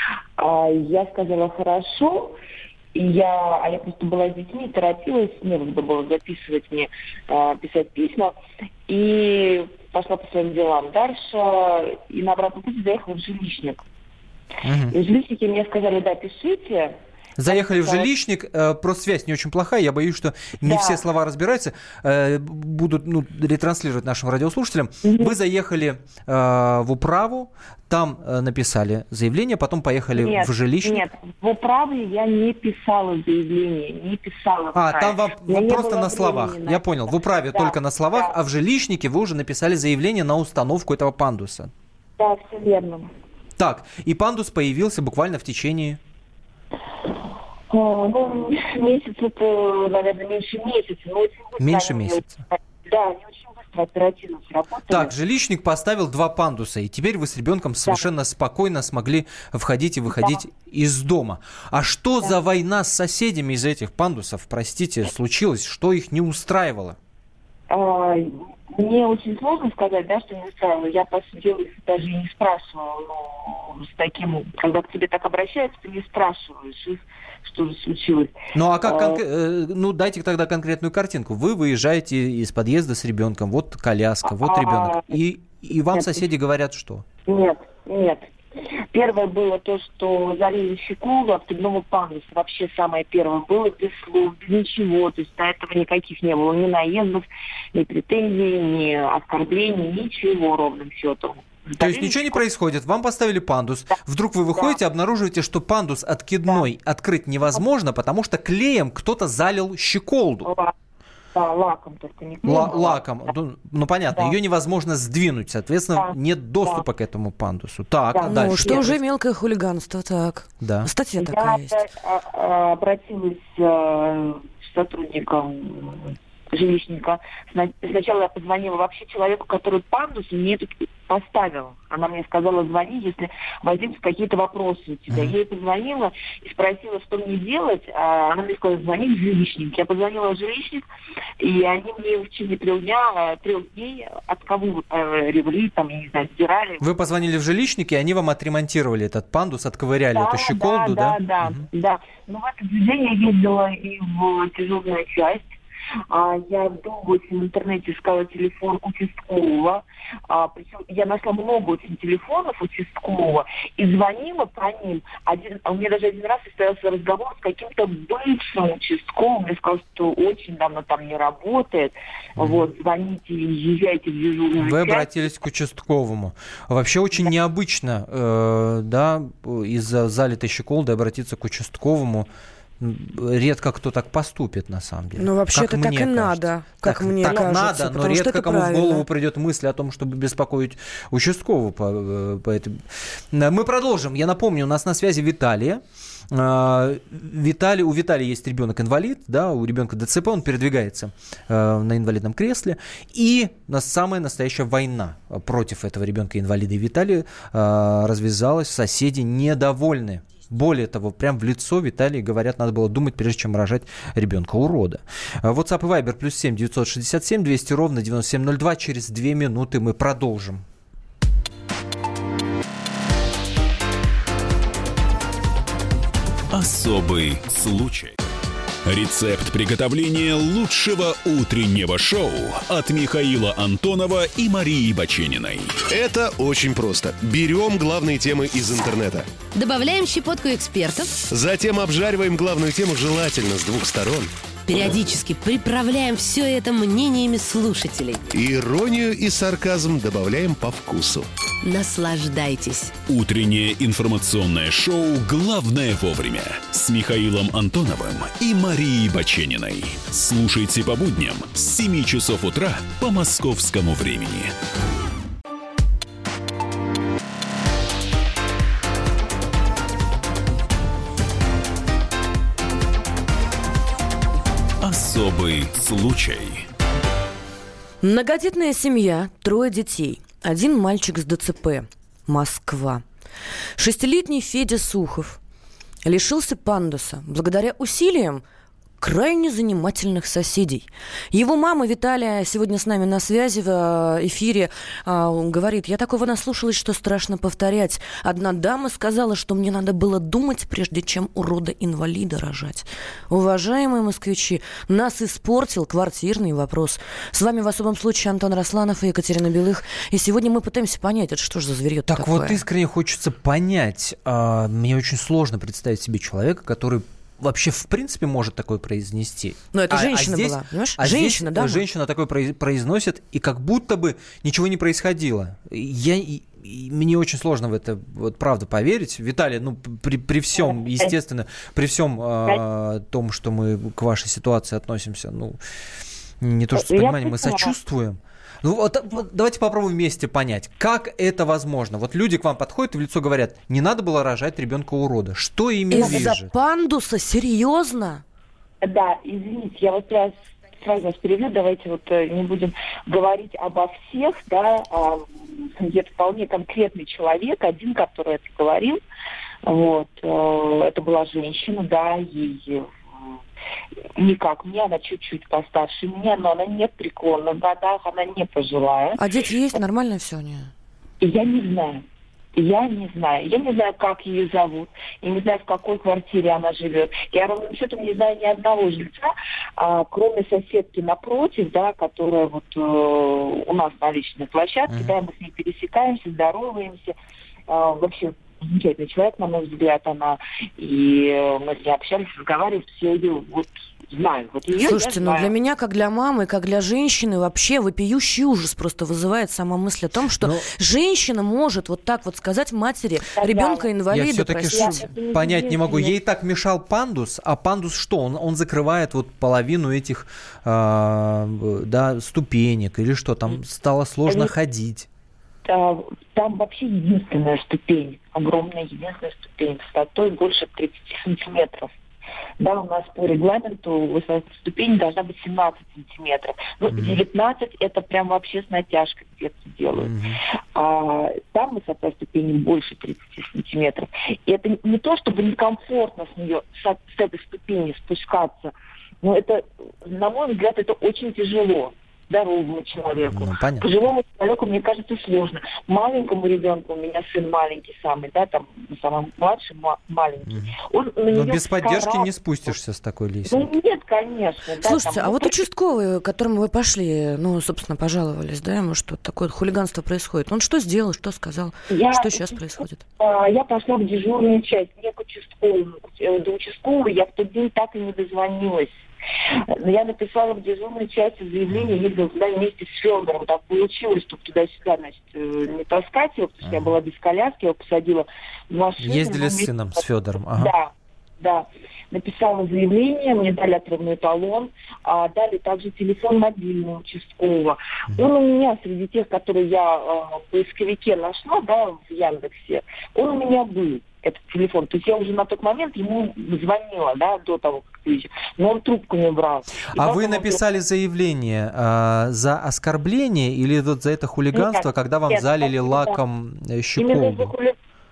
Я сказала хорошо, и я, а я просто была с детьми, торопилась, мне надо было записывать мне, писать письма, и пошла по своим делам дальше, и на обратном пути заехала в жилищник. Угу. И в жилищнике мне сказали, да, пишите. Заехали в жилищник, э, просто связь не очень плохая, я боюсь, что не да. все слова разбираются, э, будут ну, ретранслировать нашим радиослушателям. Mm-hmm. Вы заехали э, в управу, там э, написали заявление, потом поехали нет, в жилищник. Нет, в управе я не писала заявление, не писала. А, там вам просто на словах, на я понял, в управе да, только на словах, да. а в жилищнике вы уже написали заявление на установку этого пандуса. Да, все верно. Так, и пандус появился буквально в течение... Ну, месяц это, наверное, меньше месяца. Но очень быстро меньше они, месяца. Да, они очень быстро оперативно сработали. Так, жилищник поставил два пандуса, и теперь вы с ребенком да. совершенно спокойно смогли входить и выходить да. из дома. А что да. за война с соседями из этих пандусов, простите, случилось? Что их не устраивало? А, мне очень сложно сказать, да, что не устраивало. Я, по сути дела, даже и не спрашивала. Но с таким, когда к тебе так обращаются, ты не спрашиваешь их, что же случилось. Ну, а как, конк... ну, дайте тогда конкретную картинку. Вы выезжаете из подъезда с ребенком, вот коляска, вот ребенок, и, и вам нет, соседи говорят что? Нет, нет. Первое было то, что залили щеколду откидного пандуса. Вообще самое первое было без слов, без ничего. То есть до этого никаких не было ни наездов, ни претензий, ни оскорблений, ничего ровным счетом. То есть ничего не происходит, вам поставили пандус, да. вдруг вы выходите, да. обнаруживаете, что пандус откидной да. открыть невозможно, потому что клеем кто-то залил щеколду. Да, лаком только не клеем. Л- лаком, да. ну, ну понятно, да. ее невозможно сдвинуть, соответственно, да. нет доступа да. к этому пандусу. Так, да. дальше. Ну, что нет. уже мелкое хулиганство, так. Да. Статья Я такая есть. Я обратилась к сотрудникам жилищника. Сначала я позвонила вообще человеку, который пандус мне этот поставил. Она мне сказала, звони, если возникнут какие-то вопросы у тебя. Mm-hmm. Я ей позвонила и спросила, что мне делать. А она мне сказала, звони в жилищник. Я позвонила в жилищник, и они мне в течение трех дня, трех дней отковыривали, там, я не знаю, стирали. Вы позвонили в жилищник, и они вам отремонтировали этот пандус, отковыряли да, эту щеколду, да? Да, да, mm-hmm. да. Но в этот же день я ездила и в дежурную часть. А, я долго очень в интернете искала телефон участкового. А, причем я нашла много очень телефонов участкового и звонила по ним. Один, а у меня даже один раз состоялся разговор с каким-то бывшим участковым. Я сказала, что очень давно там не работает. Mm-hmm. Вот, звоните, езжайте в дежурную часть. Вы обратились к участковому. Вообще очень да. необычно, э, да, из-за залитой щеколды обратиться к участковому. Редко кто так поступит, на самом деле. Ну, вообще-то так и кажется. надо, как так, мне так кажется. Так надо, но редко кому правильно. в голову придет мысль о том, чтобы беспокоить участкового. По, по этой... Мы продолжим. Я напомню, у нас на связи Виталий. Виталий, у Виталия есть ребенок-инвалид, да, у ребенка ДЦП, он передвигается э, на инвалидном кресле. И у нас самая настоящая война против этого ребенка-инвалида. И Виталия э, развязалась, соседи недовольны Более того, прям в лицо Виталий говорят, надо было думать, прежде чем рожать ребенка-урода. WhatsApp и Viber плюс семь девятьсот шестьдесят семь двести ровно девяносто семь ноль два. Через две минуты мы продолжим. Особый случай. Рецепт приготовления лучшего утреннего шоу от Михаила Антонова и Марии Бачениной. Это очень просто. Берем главные темы из интернета. Добавляем щепотку экспертов. Затем обжариваем главную тему желательно с двух сторон. Периодически приправляем все это мнениями слушателей. Иронию и сарказм добавляем по вкусу. Наслаждайтесь. Утреннее информационное шоу «Главное вовремя» с Михаилом Антоновым и Марией Бачениной. Слушайте по будням с семи часов утра по московскому времени. Особый случай. Многодетная семья, трое детей. Один мальчик с ДЦП. Москва. Шестилетний Федя Сухов лишился пандуса благодаря усилиям крайне занимательных соседей. Его мама Виталия сегодня с нами на связи в эфире. Говорит, я такого наслушалась, что страшно повторять. Одна дама сказала, что мне надо было думать, прежде чем урода-инвалида рожать. Уважаемые москвичи, нас испортил квартирный вопрос. С вами в особом случае Антон Росланов и Екатерина Белых. И сегодня мы пытаемся понять, это что же за зверьё так такое. Вот искренне хочется понять. Мне очень сложно представить себе человека, который вообще, в принципе, может такое произнести. Но это а, женщина а здесь, была, понимаешь? А женщина, здесь да? Женщина такое произносит, и как будто бы ничего не происходило. Я, и, и, мне очень сложно в это, вот, правда, поверить. Виталий, ну, при, при всем, естественно, при всем э, том, что мы к вашей ситуации относимся, ну, не то что с пониманием, мы сочувствуем. Ну, вот, вот, давайте попробуем вместе понять, как это возможно. Вот люди к вам подходят и в лицо говорят, не надо было рожать ребенка-урода. Что именно Из-за движет? пандуса? Серьезно? Да, извините, я вот сейчас сразу вас переведу. Давайте вот не будем говорить обо всех, да. А, это вполне конкретный человек, один, который это говорил. Вот. Это была женщина, да, ей... Не как мне, она чуть-чуть постарше меня, но она не в преклонных годах, она не пожилая. А дети есть? Нормально все у нее? Я не знаю. Я не знаю. Я не знаю, как ее зовут. Я не знаю, в какой квартире она живет. Я ровным счетом не знаю ни одного жильца, а, кроме соседки напротив, да, которая вот э, у нас на личной площадке, mm-hmm. да, мы с ней пересекаемся, здороваемся. А, вообще замечательный человек, на мой взгляд, она. И мы с ней общались, разговаривали, все ее вот знаю. Вот ее Слушайте, ну для меня, как для мамы, как для женщины, вообще вопиющий ужас просто вызывает сама мысль о том, что Но... женщина может вот так вот сказать матери ребенка-инвалида. Я все-таки ш... понять не могу. Ей так мешал пандус, а пандус что? Он, он закрывает вот половину этих э, да, ступенек или что? Там стало сложно Они... ходить. Там вообще единственная ступень, огромная единственная ступень, высотой больше тридцать сантиметров. Да, у нас по регламенту высота ступени должна быть семнадцать сантиметров. Ну, mm-hmm. девятнадцать это прям вообще с натяжкой где-то делают. Mm-hmm. А там высота ступени больше тридцати сантиметров. И это не то, чтобы некомфортно с нее, с, с этой ступени спускаться, но это, на мой взгляд, это очень тяжело. Здоровому человеку. Ну, пожилому человеку, мне кажется, сложно. Маленькому ребенку, у меня сын маленький самый, да, там, самый младший, ма- маленький. Он Но без поддержки караб... не спустишься с такой лестницы. Ну, нет, конечно. Да, Слушайте, там, а вот участковый, к которому вы пошли, ну, собственно, пожаловались, да, ему что такое хулиганство происходит. Он что сделал, что сказал, я, что сейчас происходит? Я пошла в дежурную часть, не к участковому. До участкового я в тот день так и не дозвонилась. Но я написала в дежурной части заявление, ездила туда вместе с Федором. Так получилось, чтобы туда-сюда, значит, не таскать его, потому что я была без коляски, я его посадила в машину. Ездили с сыном, с Федором? Ага. Да, да. Написала заявление, мне дали отрывной талон, а дали также телефон мобильный участкового. Он у меня среди тех, которые я э, в поисковике нашла, да, в Яндексе, он у меня был, этот телефон. То есть я уже на тот момент ему звонила, да, до того, как выезжал, но он трубку не брал. И а вы написали он... заявление э, за оскорбление или вот за это хулиганство, нет, когда вам нет, залили лаком щеку? Именно за, хули...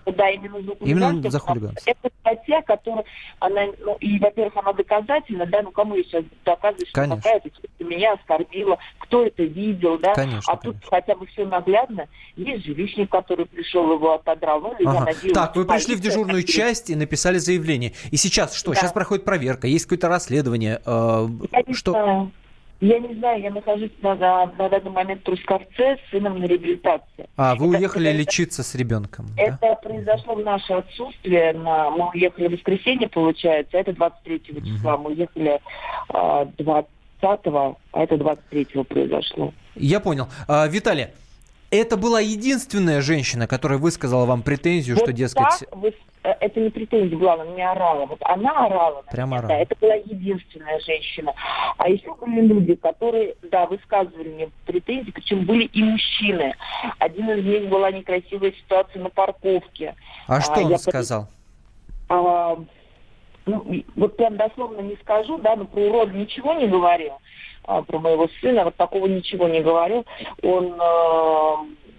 Да, именно за хулиганство. Именно за хулиганство. Это статья, которая, она, ну, и, во-первых, она доказательна, да, ну, кому я сейчас доказываю, что конечно. какая-то меня оскорбила, кто это видел, да, конечно, а конечно. тут хотя бы все наглядно. Есть жилищник, который пришел, его отодрал. Ну, ага. я надеюсь, так, вы пришли в дежурную часть и написали заявление. И сейчас что? Да. Сейчас проходит проверка, есть какое-то расследование. Э, я не что? знаю. Я не знаю, я нахожусь на, на, на данный момент в Трусковце с сыном на реабилитации. А, вы это, уехали это, лечиться с ребенком? Это да? произошло в наше отсутствие. На, мы уехали в воскресенье, получается, это двадцать третьего числа. Угу. Мы уехали а, двадцатого, а это двадцать третьего произошло. Я понял. А, Виталий, это была единственная женщина, которая высказала вам претензию, вот что, дескать... Так, вы... Это не претензия была, она меня орала. Вот она орала. Прямо орала. Да, это была единственная женщина. А еще были люди, которые, да, высказывали мне претензии, причем были и мужчины. Один из них была некрасивая ситуация на парковке. А, а что он я сказал? А, ну, вот прям дословно не скажу, да, но про урода ничего не говорил. А, про моего сына вот такого ничего не говорил. Он... А,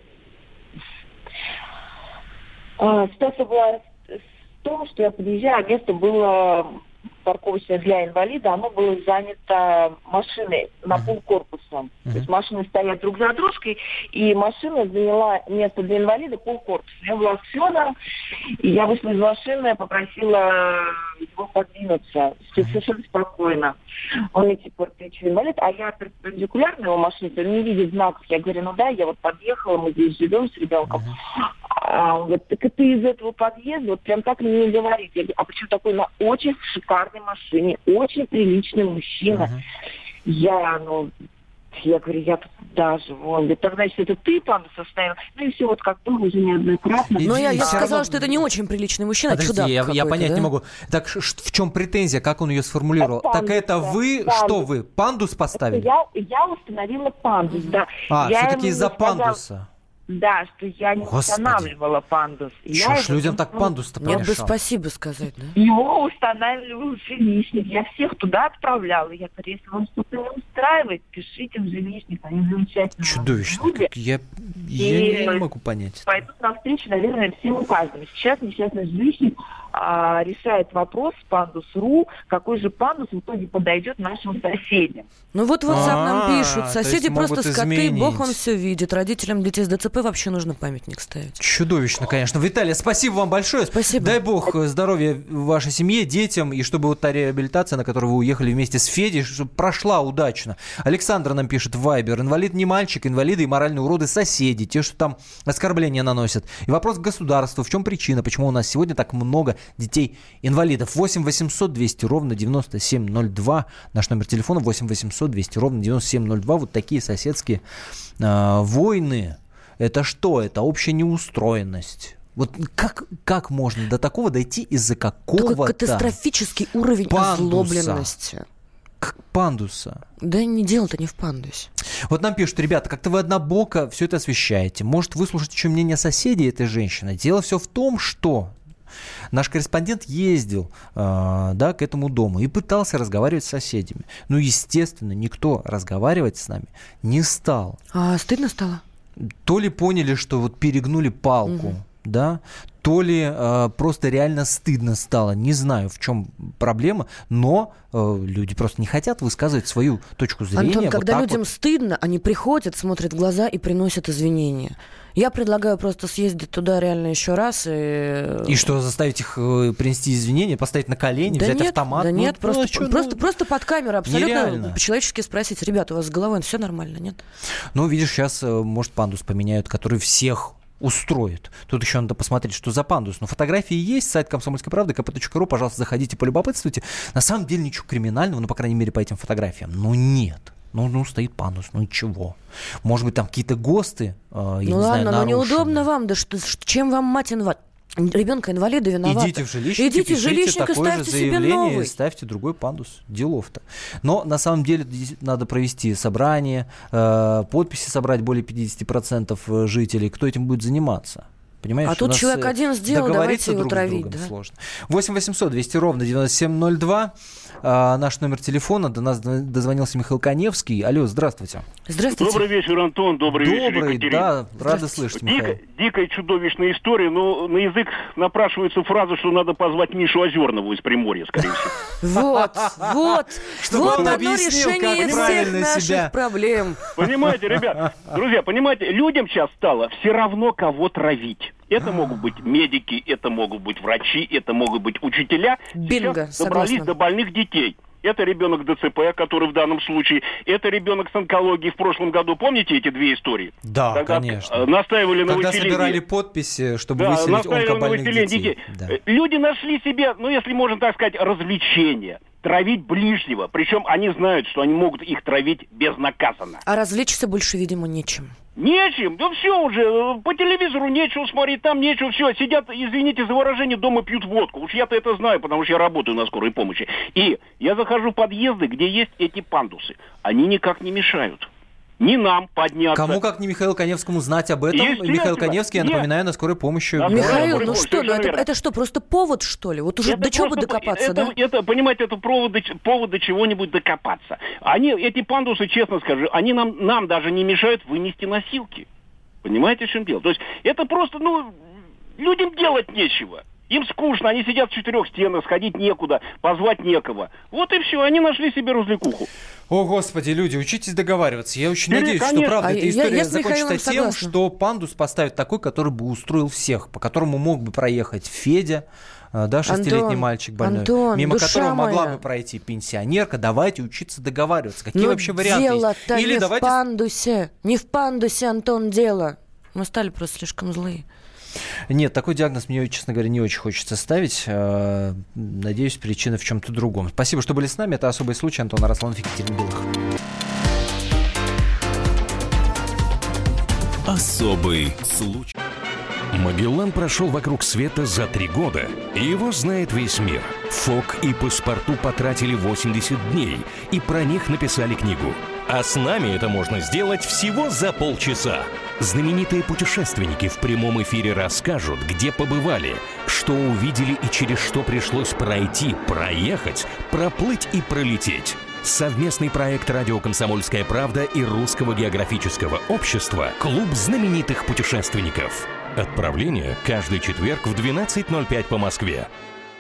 а, ситуация была... в том, что я подъезжаю, а место было парковочное для инвалида, оно было занято машиной на полкорпуса. Uh-huh. То есть машины стоят друг за дружкой, и машина заняла место для инвалида полкорпуса. Я была с сыном, и я вышла из машины, попросила его подвинуться совершенно спокойно. Он мне типа, ты что, инвалид? А я перпендикулярно его машине, он не видит знаков. Я говорю, ну да, я вот подъехала, мы здесь живем с ребенком. Uh-huh. А он говорит, так и ты из этого подъезда, вот прям так мне говорит. Я говорю, а почему такой на очень шикарной машине, очень приличный мужчина. Uh-huh. Я, ну, я говорю, я тут даже, он говорит, так значит, это ты пандус оставил? Ну и все, вот как было уже неоднократно. Но я, я а, сказала, что это не очень приличный мужчина, Подожди, чудак я, я понять да? не могу. Так в чем претензия, как он ее сформулировал? Пандус, так это вы, пандус. что вы, пандус поставили? Я, я установила пандус, да. А, я все-таки из-за сказала... пандуса. Да, что я не Господи. устанавливала пандус. Что ж людям так пандус-то помешал? Нет бы спасибо сказать, да? Его устанавливал жилищник. Я всех туда отправляла. Я говорю, если вам что-то не устраивает, пишите в жилищник. Они замечательные. Чудовищно. Как я, я не могу понять. Пойдут навстречу, наверное, всем указанным. Сейчас несчастный жилищник а, решает вопрос с пандус.ру, какой же пандус в итоге подойдет нашим соседям. Ну вот в WhatsApp нам пишут, соседи просто скоты, Бог он все видит. Родителям детей с ДЦП вообще нужно памятник ставить. Чудовищно, конечно. Виталий, спасибо вам большое. Спасибо. Дай Бог здоровья вашей семье, детям, и чтобы вот та реабилитация, на которую вы уехали вместе с Федей, чтобы прошла удачно. Александр нам пишет в Вайбер. Инвалид не мальчик, инвалиды и моральные уроды соседи, те, что там оскорбления наносят. И вопрос к государству. В чем причина? Почему у нас сегодня так много детей-инвалидов? восемь восемьсот двести ровно девяносто семь ноль два. Наш номер телефона восемь восемьсот двести ровно девяносто семь ноль два. Вот такие соседские э, войны. Это что? Это общая неустроенность. Вот как, как можно до такого дойти из-за какого-то такой катастрофический уровень пандуса, озлобленности. К пандуса. Да не дело-то не в пандусе. Вот нам пишут, ребята, как-то вы однобоко все это освещаете. Может, выслушать еще мнение соседей этой женщины? Дело все в том, что наш корреспондент ездил э, да, к этому дому и пытался разговаривать с соседями. Ну, естественно, никто разговаривать с нами не стал. А стыдно стало? То ли поняли, что вот перегнули палку, угу. да, то ли э, просто реально стыдно стало. Не знаю, в чем проблема, но э, люди просто не хотят высказывать свою точку зрения. Антон, вот когда людям вот. стыдно, они приходят, смотрят в глаза и приносят извинения. Я предлагаю просто съездить туда реально еще раз. И, и что, заставить их э, принести извинения, поставить на колени, да взять нет, автомат? Да ну, нет, просто, ну, что, просто, ну, просто под камеру абсолютно нереально. По-человечески спросить, ребята, у вас с головой все нормально, нет? Ну, видишь, сейчас, может, пандус поменяют, который всех устроит. Тут еще надо посмотреть, что за пандус. Но фотографии есть, сайт «Комсомольской правды», ка пэ точка ру, пожалуйста, заходите, полюбопытствуйте. На самом деле ничего криминального, ну, по крайней мере, по этим фотографиям, ну, нет. Ну, ну, стоит пандус, ну и чего? Может быть, там какие-то ГОСТы, э, я ну не ладно, знаю, нарушены. но неудобно вам, да что, чем вам мать инвалид? Ребенка инвалида виновата. Идите в жилищник, Идите в жилищник и ставьте себе новый. И ставьте другой пандус. Делов-то. Но на самом деле надо провести собрание, э, подписи собрать более пятьдесят процентов жителей. Кто этим будет заниматься? Понимаешь, а тут человек один сделал, давайте его травить. Да? Сложно. восемь восемьсот двести ровно девяносто семь ноль два. а, наш номер телефона. До нас дозвонился Михаил Каневский. Алло, здравствуйте. Здравствуйте. Добрый вечер, Антон. Добрый, Добрый вечер, Екатерина. Да, рада слышать, Михаил. Дико, дикая чудовищная история, но на язык напрашивается фраза, что надо позвать Мишу Озерного из Приморья, скорее всего. Вот, вот. Вот одно решение всех наших проблем. Понимаете, ребят, друзья, понимаете, людям сейчас стало все равно, кого травить. Это могут быть медики, это могут быть врачи, это могут быть учителя. Бинго, сейчас добрались согласна. до больных детей. Это ребенок ДЦП, который в данном случае, это ребенок с онкологией в прошлом году. Помните эти две истории? Да, Тогда конечно. Настаивали на Когда выселении. собирали подписи, чтобы да, выселить онкобольных детей. детей. Да. Люди нашли себе, ну, если можно так сказать, развлечения. Травить ближнего. Причем они знают, что они могут их травить безнаказанно. А развлечься больше, видимо, нечем. Нечем, да все уже, по телевизору нечего смотреть, там нечего, все, сидят, извините за выражение, дома пьют водку. Уж я-то это знаю, потому что я работаю на скорой помощи. И я захожу в подъезды, где есть эти пандусы. Они никак не мешают. Ни нам подняться. Кому, как не Михаилу Каневскому, знать об этом. Михаил Каневский, я напоминаю, на скорой помощи. Да, Михаил, ну что, ну это, это что, просто повод, что ли? Вот уже это до чего бы докопаться, это, да? Это, понимаете, это повод, повод до чего-нибудь докопаться. Они, эти пандусы, честно скажу, они нам, нам даже не мешают вынести носилки. Понимаете, в чем дело? То есть это просто, ну, людям делать нечего. Им скучно, они сидят в четырех стенах, сходить некуда, позвать некого. Вот и все, они нашли себе развлекуху. О, Господи, люди, учитесь договариваться. Я очень Или, надеюсь, конечно. что правда А эта я- история я с закончится Михаилом тем, согласна. что пандус поставят такой, который бы устроил всех, по которому мог бы проехать Федя, э, да, шестилетний Антон, мальчик больной, Антон, мимо душа которого могла моя. бы пройти пенсионерка. Давайте учиться договариваться. Какие Но вообще варианты есть? дело-то Или не давайте... в пандусе. Не в пандусе, Антон, дело. Мы стали просто слишком злые. Нет, такой диагноз мне, честно говоря, не очень хочется ставить. Э, Надеюсь, причина в чем-то другом. Спасибо, что были с нами. Это «Особый случай». Антон Арасланов, Екатерина Белых. Особый случай. Магеллан прошел вокруг света за три года, и его знает весь мир. Фок и Паспарту потратили восемьдесят дней, и про них написали книгу. А с нами это можно сделать всего за полчаса. Знаменитые путешественники в прямом эфире расскажут, где побывали, что увидели и через что пришлось пройти, проехать, проплыть и пролететь. Совместный проект «Радио Комсомольская правда» и Русского географического общества «Клуб знаменитых путешественников». Отправление каждый четверг в двенадцать ноль пять по Москве.